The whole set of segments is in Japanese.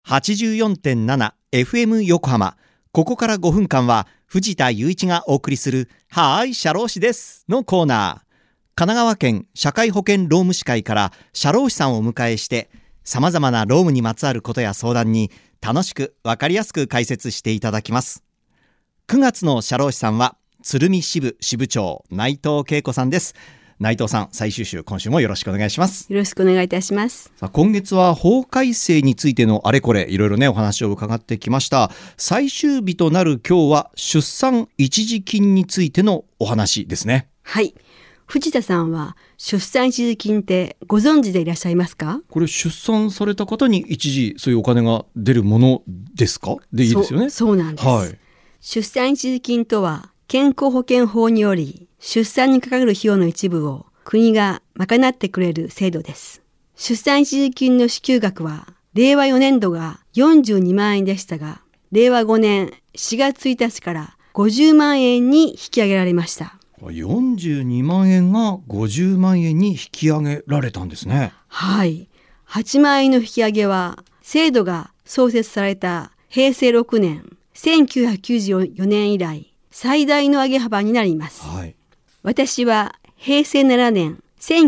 84.7FM 横浜。ここから5分間は藤田雄一がお送りするはーい社労士ですのコーナー。神奈川県社会保険労務士会から社労士さんをお迎えして様々な労務にまつわることや相談に楽しくわかりやすく解説していただきます。9月の社労士さんは鶴見支部支部長内藤恵子さんです。内藤さん、最終週今週もよろしくお願いします。 よろしくお願いいたします。 今月は法改正についてのあれこれいろいろねお話を伺ってきました。最終日となる今日は出産一時金についてのお話ですね。 はい、藤田さんは出産一時金ってご存知でいらっしゃいますか？ これ出産された方に一時そういうお金が出るものですか？でいいですよね。 そうなんです、 はい、 出産一時金とは健康保険法により出産にかかる費用の一部を国が賄ってくれる制度です。出産一時金の支給額は令和4年度が42万円でしたが、令和5年4月1日から50万円に引き上げられました。 42万円が50万円に引き上げられたんですね。 はい、8万円の引き上げは制度が創設された平成6年1994年以来最大の上げ幅になります。 はい、 私は平成7年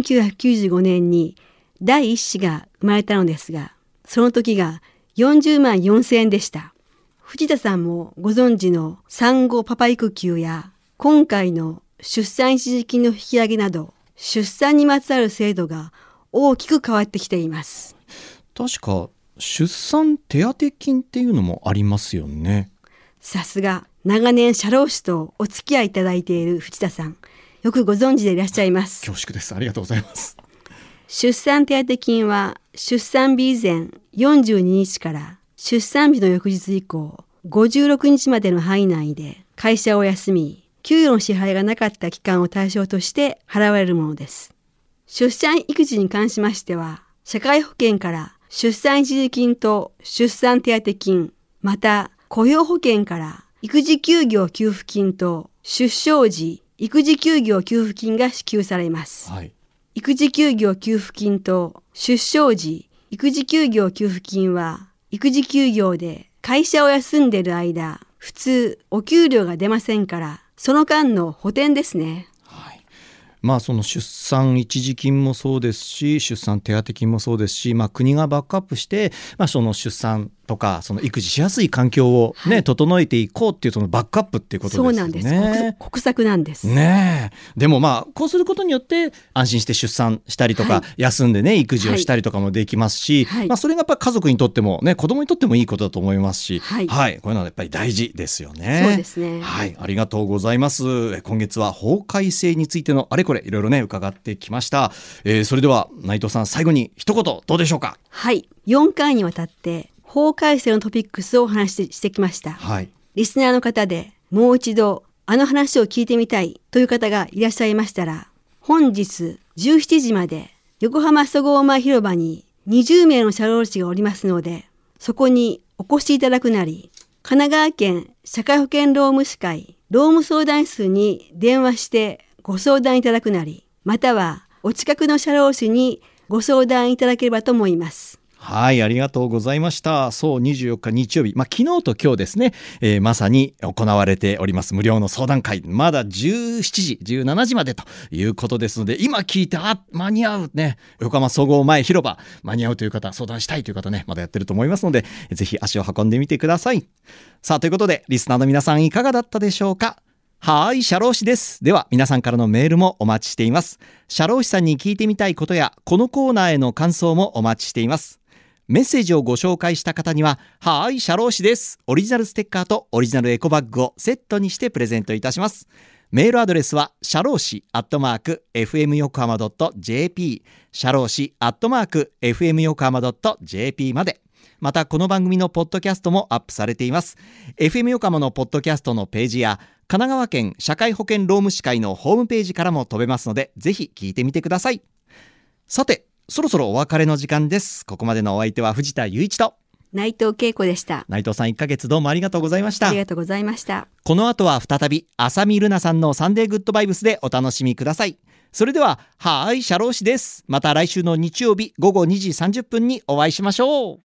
1995年に第一子が生まれたのですが、その時が40万4千円でした。藤田さんもご存知の産後パパ育休や今回の出産一時金の引き上げなど出産にまつわる制度が大きく変わってきています。 確か出産手当金っていうのもありますよね。 さすが長年社労士とお付き合いいただいている藤田さん、よくご存知でいらっしゃいます。 恐縮です。ありがとうございます。 出産手当金は出産日以前42日から出産日の翌日以降56日までの範囲内で会社を休み、給与の支払いがなかった期間を対象として払われるものです。出産育児に関しましては、社会保険から出産一時金と出産手当金、また雇用保険から育児休業給付金と出生時育児休業給付金が支給されます。 はい、 育児休業給付金と出生時育児休業給付金は育児休業で会社を休んでいる間、普通お給料が出ませんから、その間の補填ですね。 その出産一時金もそうですし出産手当金もそうですし、国がバックアップして、その出産とかその育児しやすい環境を、整えていこうっていうそのバックアップっていうことですよね。 そうなんです。国策なんですね。でもこうすることによって安心して出産したりとか、休んでね育児をしたりとかもできますし、それがやっぱり家族にとってもね子供にとってもいいことだと思いますし、こういうのはやっぱり大事ですよね。 そうですね。 ありがとうございます。今月は法改正についてのあれこれいろいろね伺ってきました。それでは内藤さん、最後に一言どうでしょうか？ はい、4回にわたって法改正のトピックスをお話ししてきました。リスナーの方でもう一度あの話を聞いてみたいという方がいらっしゃいましたら、本日17時まで横浜そごう前広場に20名の社労士がおりますので、そこにお越しいただくなり、神奈川県社会保険労務士会労務相談室に電話してご相談いただくなり、またはお近くの社労士にご相談いただければと思います。 ありがとうございました。そう、24日日曜日、昨日と今日ですね、まさに行われております無料の相談会、まだ17時17時までということですので、今聞いて間に合うね、横浜総合前広場間に合うという方、相談したいという方ね、まだやってると思いますので、ぜひ足を運んでみてください。さあ、ということでリスナーの皆さんいかがだったでしょうか？社労士です。では皆さんからのメールもお待ちしています。社労士さんに聞いてみたいことやこのコーナーへの感想もお待ちしています。メッセージをご紹介した方には社労士ですオリジナルステッカーとオリジナルエコバッグをセットにしてプレゼントいたします。メールアドレスは社労士@fm横浜.jp 社労士@fm横浜.jp まで。またこの番組のポッドキャストもアップされています。 FM 横浜のポッドキャストのページや神奈川県社会保険労務士会のホームページからも飛べますので、ぜひ聞いてみてください。さて、そろそろお別れの時間です。ここまでのお相手は藤田雄一と内藤恵子でした。 内藤さん、1ヶ月どうもありがとうございました。 ありがとうございました。 この後は再び浅見ルナさんのサンデーグッドバイブスでお楽しみください。それでは社労士です。また来週の日曜日午後2時30分にお会いしましょう。